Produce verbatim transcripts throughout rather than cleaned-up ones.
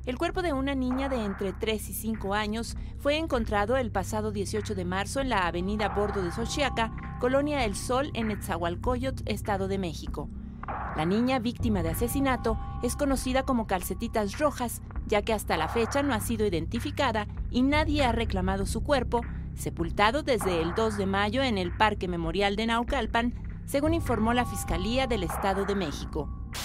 El cuerpo de una niña de entre tres y cinco años fue encontrado el pasado dieciocho de marzo en la avenida Bordo de Xochiaca, Colonia El Sol, en Netzahualcóyotl, Estado de México. La niña, víctima de asesinato, es conocida como Calcetitas Rojas, ya que hasta la fecha no ha sido identificada y nadie ha reclamado su cuerpo, sepultado desde el dos de mayo en el Parque Memorial de Naucalpan, según informó la Fiscalía del Estado de México.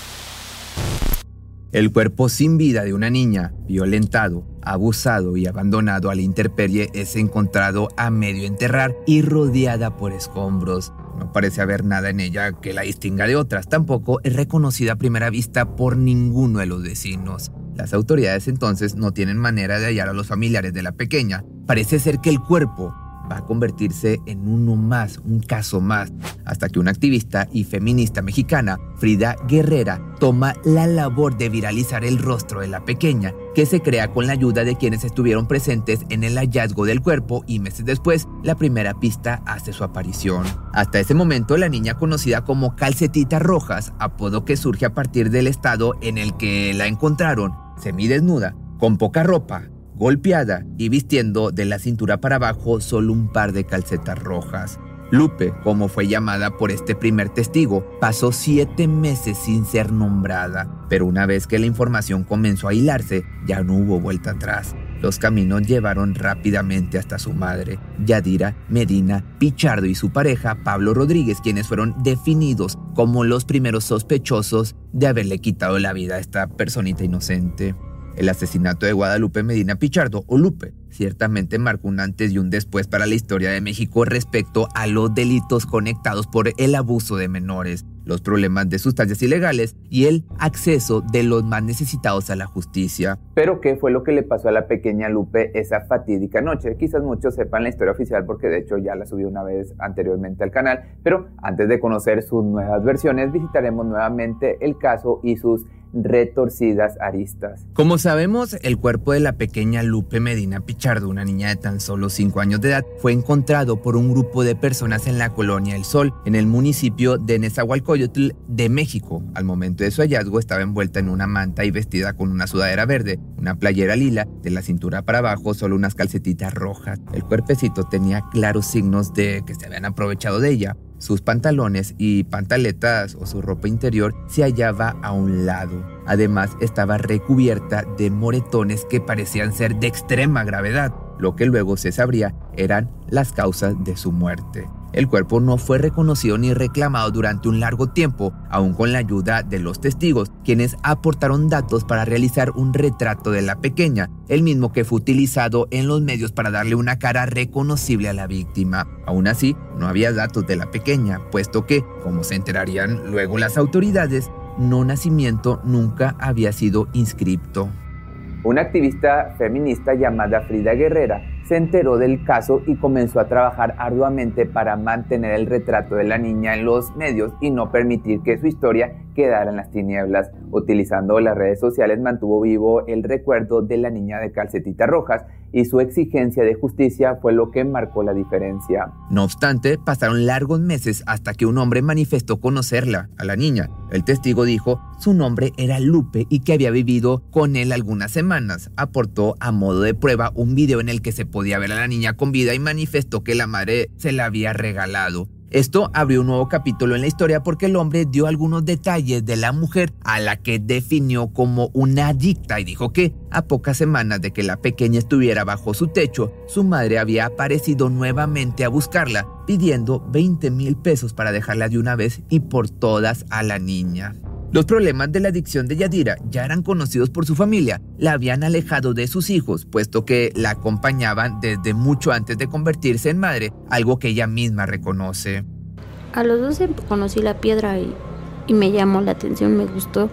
El cuerpo sin vida de una niña, violentado, abusado y abandonado a la intemperie, es encontrado a medio enterrar y rodeada por escombros. No parece haber nada en ella que la distinga de otras. Tampoco es reconocida a primera vista por ninguno de los vecinos. Las autoridades entonces no tienen manera de hallar a los familiares de la pequeña. Parece ser que el cuerpo va a convertirse en uno más, un caso más, hasta que una activista y feminista mexicana, Frida Guerrera, toma la labor de viralizar el rostro de la pequeña, que se crea con la ayuda de quienes estuvieron presentes en el hallazgo del cuerpo, y meses después, la primera pista hace su aparición. Hasta ese momento, la niña, conocida como Calcetitas Rojas, apodo que surge a partir del estado en el que la encontraron, semidesnuda, con poca ropa, golpeada y vistiendo de la cintura para abajo solo un par de calcetas rojas. Lupe, como fue llamada por este primer testigo, pasó siete meses sin ser nombrada, pero una vez que la información comenzó a hilarse, ya no hubo vuelta atrás. Los caminos llevaron rápidamente hasta su madre, Yadira Medina Pichardo, y su pareja, Pablo Rodríguez, quienes fueron definidos como los primeros sospechosos de haberle quitado la vida a esta personita inocente. El asesinato de Guadalupe Medina Pichardo, o Lupe, ciertamente marcó un antes y un después para la historia de México respecto a los delitos conectados por el abuso de menores, los problemas de sustancias ilegales y el acceso de los más necesitados a la justicia. Pero ¿qué fue lo que le pasó a la pequeña Lupe esa fatídica noche? Quizás muchos sepan la historia oficial porque de hecho ya la subí una vez anteriormente al canal, pero antes de conocer sus nuevas versiones visitaremos nuevamente el caso y sus retorcidas aristas. Como sabemos, el cuerpo de la pequeña Lupe Medina Pichardo, una niña de tan solo cinco años de edad, fue encontrado por un grupo de personas en la Colonia El Sol, en el municipio de Netzahualcóyotl de México. Al momento de su hallazgo estaba envuelta en una manta y vestida con una sudadera verde, una playera lila, de la cintura para abajo solo unas calcetitas rojas. El cuerpecito tenía claros signos de que se habían aprovechado de ella. Sus pantalones y pantaletas o su ropa interior se hallaba a un lado. Además, estaba recubierta de moretones que parecían ser de extrema gravedad. Lo que luego se sabría eran las causas de su muerte. El cuerpo no fue reconocido ni reclamado durante un largo tiempo, aun con la ayuda de los testigos, quienes aportaron datos para realizar un retrato de la pequeña, el mismo que fue utilizado en los medios para darle una cara reconocible a la víctima. Aún así, no había datos de la pequeña, puesto que, como se enterarían luego las autoridades, no nacimiento nunca había sido inscripto. Una activista feminista llamada Frida Guerrera se enteró del caso y comenzó a trabajar arduamente para mantener el retrato de la niña en los medios y no permitir que su historia quedara en las tinieblas. Utilizando las redes sociales mantuvo vivo el recuerdo de la niña de calcetitas rojas y su exigencia de justicia fue lo que marcó la diferencia. No obstante, pasaron largos meses hasta que un hombre manifestó conocerla, a la niña. El testigo dijo su nombre era Lupe y que había vivido con él algunas semanas. Aportó a modo de prueba un video en el que se podía ver a la niña con vida y manifestó que la madre se la había regalado. Esto abrió un nuevo capítulo en la historia porque el hombre dio algunos detalles de la mujer a la que definió como una adicta y dijo que a pocas semanas de que la pequeña estuviera bajo su techo, su madre había aparecido nuevamente a buscarla pidiendo veinte mil pesos para dejarla de una vez y por todas a la niña. Los problemas de la adicción de Yadira ya eran conocidos por su familia. La habían alejado de sus hijos, puesto que la acompañaban desde mucho antes de convertirse en madre, algo que ella misma reconoce. A los doce conocí la piedra y, y me llamó la atención, me gustó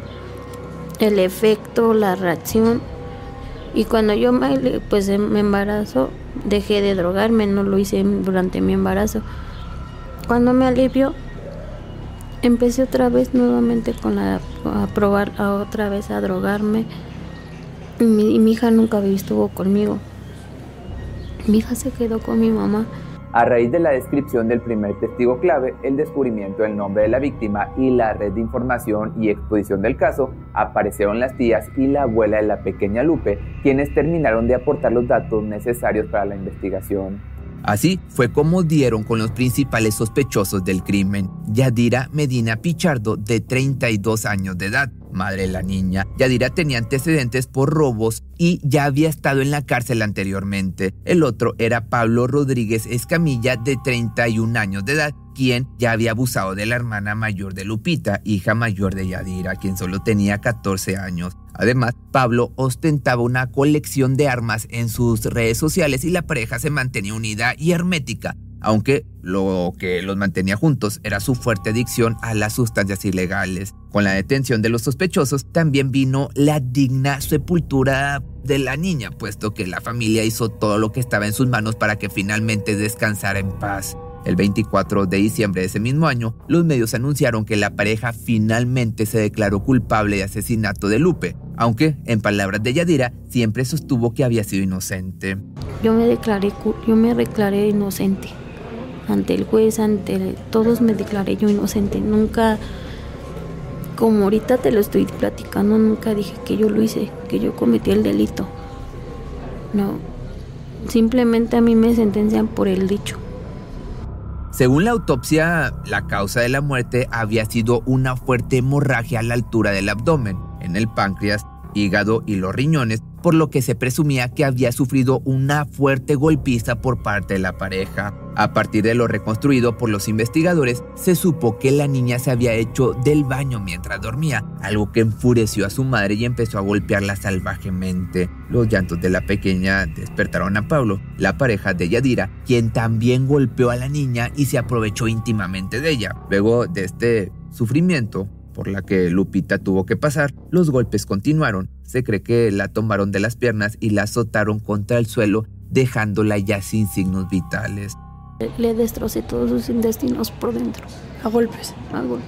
el efecto, la reacción. Y cuando yo me, pues, me embarazo, dejé de drogarme, no lo hice durante mi embarazo. Cuando me alivió, empecé otra vez nuevamente con la, a probar a otra vez a drogarme. Y mi, y mi hija nunca estuvo conmigo. Mi hija se quedó con mi mamá. A raíz de la descripción del primer testigo clave, el descubrimiento del nombre de la víctima y la red de información y exposición del caso, aparecieron las tías y la abuela de la pequeña Lupe, quienes terminaron de aportar los datos necesarios para la investigación. Así fue como dieron con los principales sospechosos del crimen: Yadira Medina Pichardo, de treinta y dos años de edad, madre de la niña. Yadira tenía antecedentes por robos y ya había estado en la cárcel anteriormente. El otro era Pablo Rodríguez Escamilla, de treinta y un años de edad, quien ya había abusado de la hermana mayor de Lupita, hija mayor de Yadira, quien solo tenía catorce años. Además, Pablo ostentaba una colección de armas en sus redes sociales y la pareja se mantenía unida y hermética, aunque lo que los mantenía juntos era su fuerte adicción a las sustancias ilegales. Con la detención de los sospechosos también vino la digna sepultura de la niña, puesto que la familia hizo todo lo que estaba en sus manos para que finalmente descansara en paz. El veinticuatro de diciembre de ese mismo año, los medios anunciaron que la pareja finalmente se declaró culpable de asesinato de Lupe, aunque, en palabras de Yadira, siempre sostuvo que había sido inocente. Yo me declaré, yo me declaré inocente. Ante el juez, ante el, todos me declaré yo inocente. Nunca, como ahorita te lo estoy platicando, nunca dije que yo lo hice, que yo cometí el delito. No, simplemente a mí me sentencian por el dicho. Según la autopsia, la causa de la muerte había sido una fuerte hemorragia a la altura del abdomen, en el páncreas, hígado y los riñones, por lo que se presumía que había sufrido una fuerte golpiza por parte de la pareja. A partir de lo reconstruido por los investigadores, se supo que la niña se había hecho del baño mientras dormía, algo que enfureció a su madre y empezó a golpearla salvajemente. Los llantos de la pequeña despertaron a Pablo, la pareja de Yadira, quien también golpeó a la niña y se aprovechó íntimamente de ella. Luego de este sufrimiento por la que Lupita tuvo que pasar, los golpes continuaron. Se cree que la tomaron de las piernas y la azotaron contra el suelo, dejándola ya sin signos vitales. Le destrocé todos sus intestinos por dentro, a golpes, a golpes.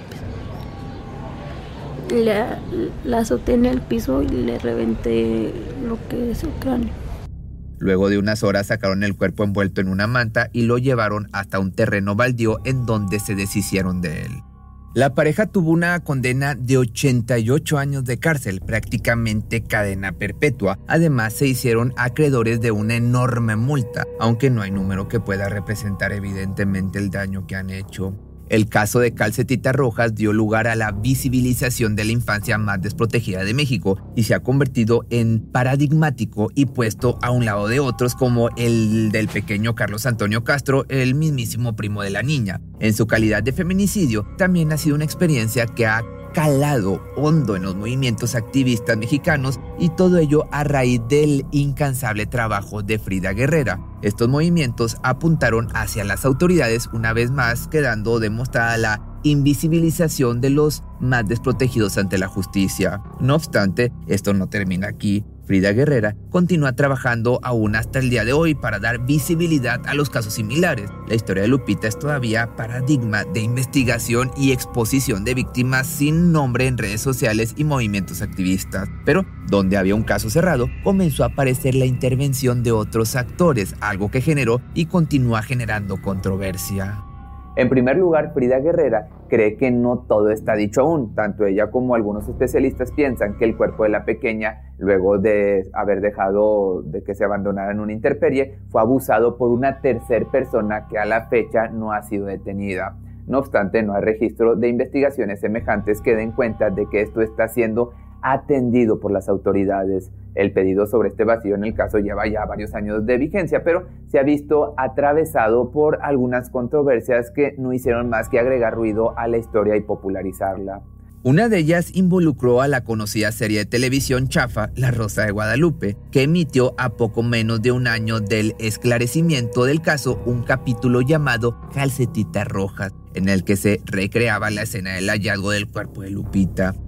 La, la azoté en el piso y le reventé lo que es el cráneo. Luego de unas horas sacaron el cuerpo envuelto en una manta y lo llevaron hasta un terreno baldío en donde se deshicieron de él. La pareja tuvo una condena de ochenta y ocho años de cárcel, prácticamente cadena perpetua. Además, se hicieron acreedores de una enorme multa, aunque no hay número que pueda representar evidentemente el daño que han hecho. El caso de Calcetita Rojas dio lugar a la visibilización de la infancia más desprotegida de México y se ha convertido en paradigmático y puesto a un lado de otros como el del pequeño Carlos Antonio Castro, el mismísimo primo de la niña. En su calidad de feminicidio, también ha sido una experiencia que ha calado hondo en los movimientos activistas mexicanos, y todo ello a raíz del incansable trabajo de Frida Guerrera. Estos movimientos apuntaron hacia las autoridades, una vez más quedando demostrada la invisibilización de los más desprotegidos ante la justicia. No obstante, esto no termina aquí. Frida Guerrera continúa trabajando aún hasta el día de hoy para dar visibilidad a los casos similares. La historia de Lupita es todavía paradigma de investigación y exposición de víctimas sin nombre en redes sociales y movimientos activistas. Pero donde había un caso cerrado, comenzó a aparecer la intervención de otros actores, algo que generó y continúa generando controversia. En primer lugar, Frida Guerrera cree que no todo está dicho aún. Tanto ella como algunos especialistas piensan que el cuerpo de la pequeña, luego de haber dejado de que se abandonara en una intemperie, fue abusado por una tercer persona que a la fecha no ha sido detenida. No obstante, no hay registro de investigaciones semejantes que den cuenta de que esto está siendo atendido por las autoridades. El pedido sobre este vacío en el caso lleva ya varios años de vigencia, pero se ha visto atravesado por algunas controversias que no hicieron más que agregar ruido a la historia y popularizarla. Una de ellas involucró a la conocida serie de televisión chafa La Rosa de Guadalupe, que emitió a poco menos de un año del esclarecimiento del caso un capítulo llamado Calcetita Rojas, en el que se recreaba la escena del hallazgo del cuerpo de Lupita.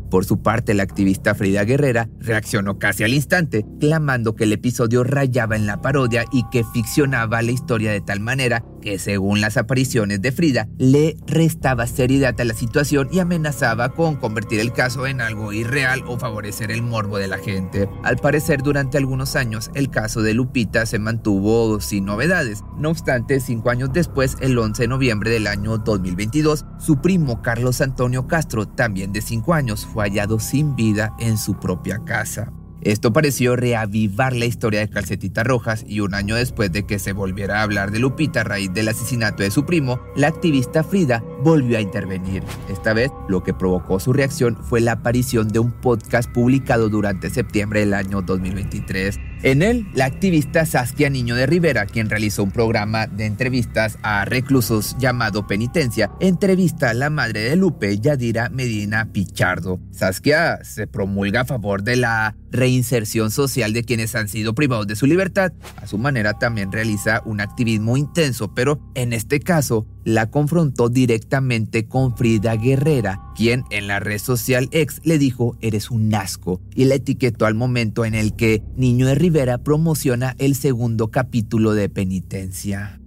Por su parte, la activista Frida Guerrera reaccionó casi al instante, clamando que el episodio rayaba en la parodia y que ficcionaba la historia de tal manera que, según las apariciones de Frida, le restaba seriedad a la situación y amenazaba con convertir el caso en algo irreal o favorecer el morbo de la gente. Al parecer, durante algunos años, el caso de Lupita se mantuvo sin novedades. No obstante, cinco años después, el once de noviembre del año dos mil veintidós, su primo Carlos Antonio Castro, también de cinco años, fue hallado sin vida en su propia casa. Esto pareció reavivar la historia de Calcetitas Rojas y un año después de que se volviera a hablar de Lupita a raíz del asesinato de su primo, la activista Frida volvió a intervenir. Esta vez, lo que provocó su reacción fue la aparición de un podcast publicado durante septiembre del año dos mil veintitrés. En él, la activista Saskia Niño de Rivera, quien realizó un programa de entrevistas a reclusos llamado Penitencia, entrevista a la madre de Lupe, Yadira Medina Pichardo. Saskia se promulga a favor de la reinserción social de quienes han sido privados de su libertad. A su manera también realiza un activismo intenso, pero en este caso la confrontó directamente con Frida Guerrera, quien en la red social X le dijo "eres un asco" y la etiquetó al momento en el que Niño de Rivera promociona el segundo capítulo de Penitencia.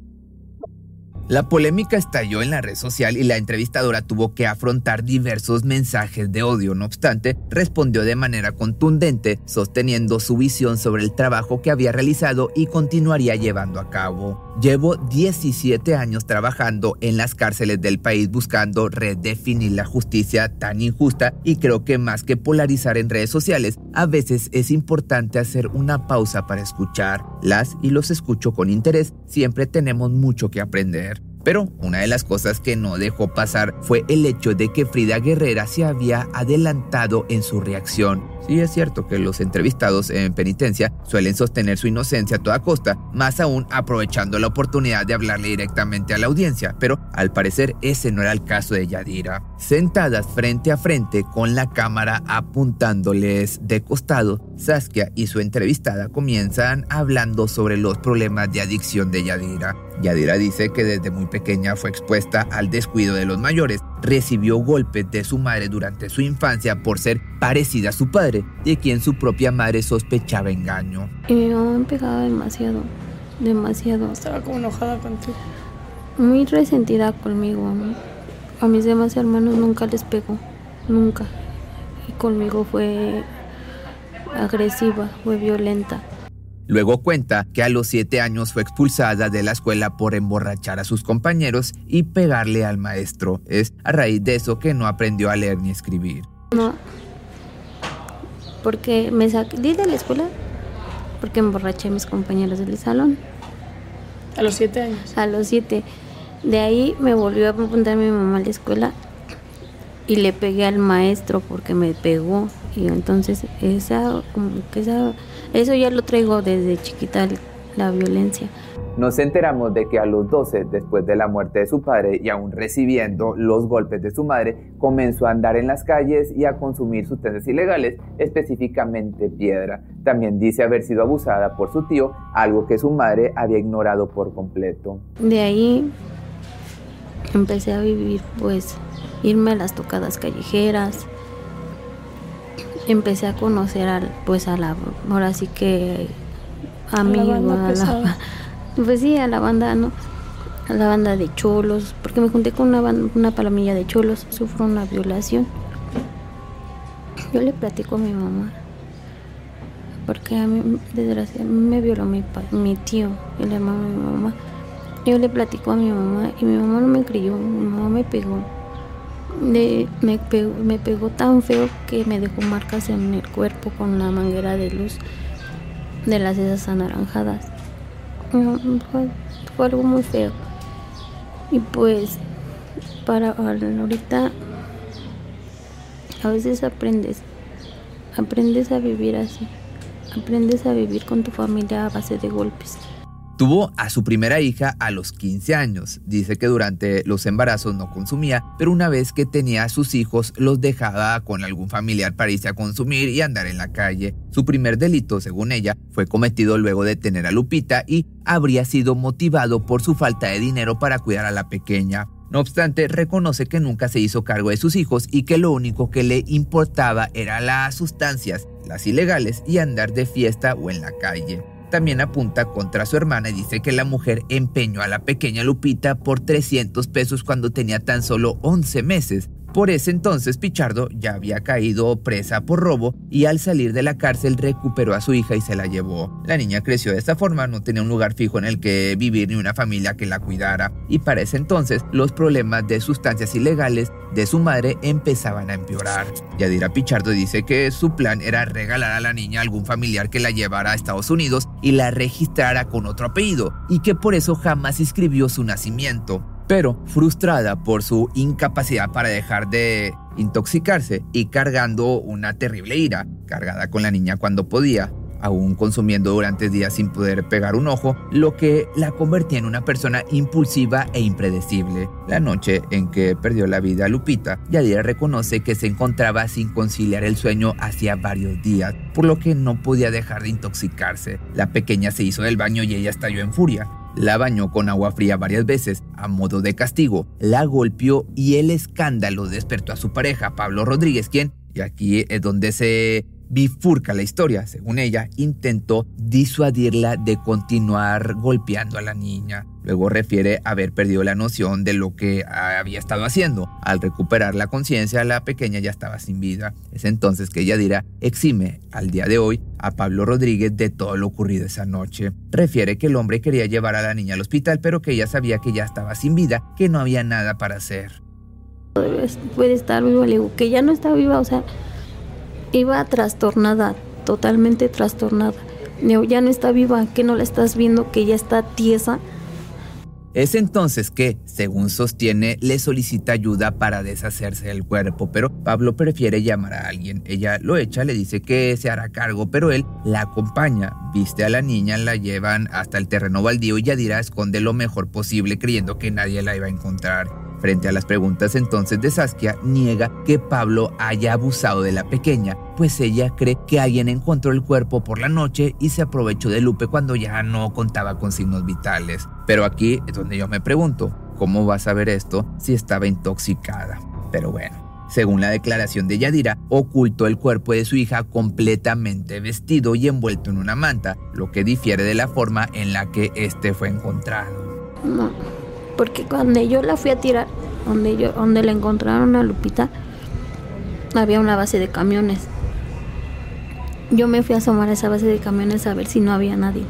La polémica estalló en la red social y la entrevistadora tuvo que afrontar diversos mensajes de odio. No obstante, respondió de manera contundente, sosteniendo su visión sobre el trabajo que había realizado y continuaría llevando a cabo. Llevo diecisiete años trabajando en las cárceles del país buscando redefinir la justicia tan injusta y creo que más que polarizar en redes sociales, a veces es importante hacer una pausa para escuchar. Las y los escucho con interés, siempre tenemos mucho que aprender. Pero una de las cosas que no dejó pasar fue el hecho de que Frida Guerrera se había adelantado en su reacción. Sí, es cierto que los entrevistados en Penitencia suelen sostener su inocencia a toda costa, más aún aprovechando la oportunidad de hablarle directamente a la audiencia, pero al parecer ese no era el caso de Yadira. Sentadas frente a frente con la cámara apuntándoles de costado, Saskia y su entrevistada comienzan hablando sobre los problemas de adicción de Yadira. Yadira dice que desde muy pequeña fue expuesta al descuido de los mayores, recibió golpes de su madre durante su infancia por ser parecida a su padre, de quien su propia madre sospechaba engaño. Y mi mamá me pegaba demasiado, demasiado. Estaba como enojada contigo. Muy resentida conmigo. A, mí. a mis demás hermanos nunca les pegó, nunca. Y conmigo fue agresiva, fue violenta. Luego cuenta que a los siete años fue expulsada de la escuela por emborrachar a sus compañeros y pegarle al maestro. Es a raíz de eso que no aprendió a leer ni escribir. No, porque me salí de la escuela porque emborraché a mis compañeros del salón. ¿A los siete años? A los siete. De ahí me volvió a apuntar mi mamá a la escuela y le pegué al maestro porque me pegó. Y entonces esa, como que esa, eso ya lo traigo desde chiquita, la violencia. Nos enteramos de que a los doce, después de la muerte de su padre y aún recibiendo los golpes de su madre, comenzó a andar en las calles y a consumir sustancias ilegales, específicamente piedra. También dice haber sido abusada por su tío, algo que su madre había ignorado por completo. De ahí empecé a vivir, pues, irme a las tocadas callejeras. Empecé a conocer al, pues a la, ahora sí que amigos, a la, pues sí, a la banda, ¿no? A la banda de cholos, porque me junté con una, banda, una palomilla de cholos, sufro una violación. Yo le platico a mi mamá, porque a mí, desgraciadamente, me violó mi, mi tío, el hermano de mi mamá. Yo le platico a mi mamá y mi mamá no me creyó, mi mamá me pegó. De, me, pegó, me pegó tan feo que me dejó marcas en el cuerpo con una manguera de luz de las esas anaranjadas. No, fue, fue algo muy feo. Y pues para ahorita a veces aprendes, aprendes a vivir así, aprendes a vivir con tu familia a base de golpes. Tuvo a su primera hija a los quince años. Dice que durante los embarazos no consumía, pero una vez que tenía a sus hijos los dejaba con algún familiar para irse a consumir y andar en la calle. Su primer delito, según ella, fue cometido luego de tener a Lupita y habría sido motivado por su falta de dinero para cuidar a la pequeña. No obstante, reconoce que nunca se hizo cargo de sus hijos y que lo único que le importaba era las sustancias, las ilegales y andar de fiesta o en la calle. También apunta contra su hermana y dice que la mujer empeñó a la pequeña Lupita por trescientos pesos cuando tenía tan solo once meses. Por ese entonces Pichardo ya había caído presa por robo y al salir de la cárcel recuperó a su hija y se la llevó. La niña creció de esta forma, no tenía un lugar fijo en el que vivir ni una familia que la cuidara, y para ese entonces los problemas de sustancias ilegales de su madre empezaban a empeorar. Yadira Pichardo dice que su plan era regalar a la niña a algún familiar que la llevara a Estados Unidos y la registrara con otro apellido, y que por eso jamás inscribió su nacimiento. Pero, frustrada por su incapacidad para dejar de intoxicarse y cargando una terrible ira, cargada con la niña cuando podía, aún consumiendo durante días sin poder pegar un ojo, lo que la convertía en una persona impulsiva e impredecible. La noche en que perdió la vida Lupita, Yadira reconoce que se encontraba sin conciliar el sueño hacía varios días, por lo que no podía dejar de intoxicarse. La pequeña se hizo del baño y ella estalló en furia. La bañó con agua fría varias veces, a modo de castigo, la golpeó y el escándalo despertó a su pareja, Pablo Rodríguez, quien, y aquí es donde se bifurca la historia, según ella, intentó disuadirla de continuar golpeando a la niña. Luego refiere haber perdido la noción de lo que había estado haciendo. Al recuperar la conciencia, la pequeña ya estaba sin vida. Es entonces que Yadira exime al día de hoy a Pablo Rodríguez de todo lo ocurrido esa noche. Refiere que el hombre quería llevar a la niña al hospital, pero que ella sabía que ya estaba sin vida, que no había nada para hacer. Puede estar viva, le digo que ya no está viva, o sea, iba trastornada, totalmente trastornada. Le digo, ya no está viva, que no la estás viendo, que ya está tiesa. Es entonces que, según sostiene, le solicita ayuda para deshacerse del cuerpo, pero Pablo prefiere llamar a alguien. Ella lo echa, le dice que se hará cargo, pero él la acompaña, viste a la niña, la llevan hasta el terreno baldío y Yadira esconde lo mejor posible creyendo que nadie la iba a encontrar. Frente a las preguntas entonces de Saskia, niega que Pablo haya abusado de la pequeña, pues ella cree que alguien encontró el cuerpo por la noche y se aprovechó de Lupe cuando ya no contaba con signos vitales. Pero aquí es donde yo me pregunto, ¿cómo va a saber esto si estaba intoxicada? Pero bueno, según la declaración de Yadira, ocultó el cuerpo de su hija completamente vestido y envuelto en una manta, lo que difiere de la forma en la que este fue encontrado. No. Porque cuando yo la fui a tirar, donde, yo, donde la encontraron a Lupita, había una base de camiones. Yo me fui a asomar a esa base de camiones a ver si no había nadie.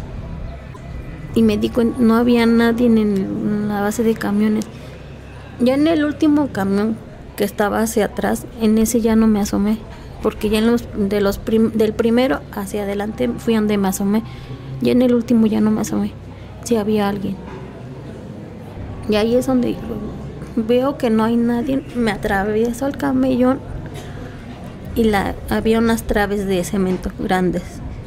Y me di cuenta, no había nadie en la base de camiones. Ya en el último camión que estaba hacia atrás, en ese ya no me asomé. Porque ya en los, de los prim, del primero hacia adelante fui donde me asomé. Ya en el último ya no me asomé. Si había alguien. Y ahí es donde veo que no hay nadie, me atravieso al camellón y la, había unas traves de cemento grandes.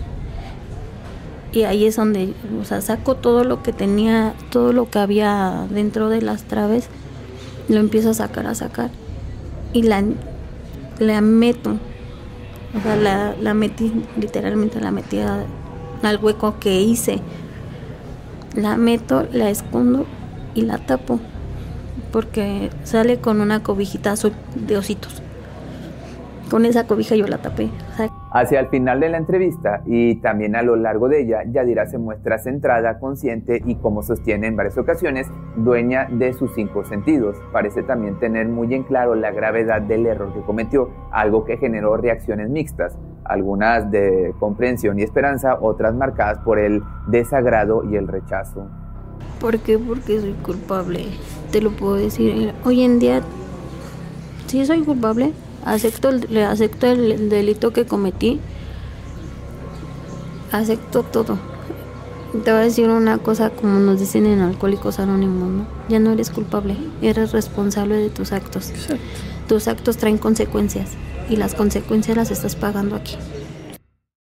Y ahí es donde, o sea, saco todo lo que tenía, todo lo que había dentro de las traves, lo empiezo a sacar, a sacar. Y la, la meto, o sea, la, la metí, literalmente la metí a, al hueco que hice. La meto, la escondo y la tapo porque sale con una cobijita azul de ositos. Con esa cobija yo la tapé. O sea, hacia el final de la entrevista y también a lo largo de ella, Yadira se muestra centrada, consciente y, como sostiene en varias ocasiones, dueña de sus cinco sentidos. Parece también tener muy en claro la gravedad del error que cometió, algo que generó reacciones mixtas, algunas de comprensión y esperanza, otras marcadas por el desagrado y el rechazo. ¿Por qué? Porque soy culpable. Te lo puedo decir. Hoy en día, sí soy culpable. Acepto el, acepto el delito que cometí. Acepto todo. Te voy a decir una cosa, como nos dicen en Alcohólicos Anónimos, ¿no? Ya no eres culpable, eres responsable de tus actos. Exacto. Tus actos traen consecuencias y las consecuencias las estás pagando aquí.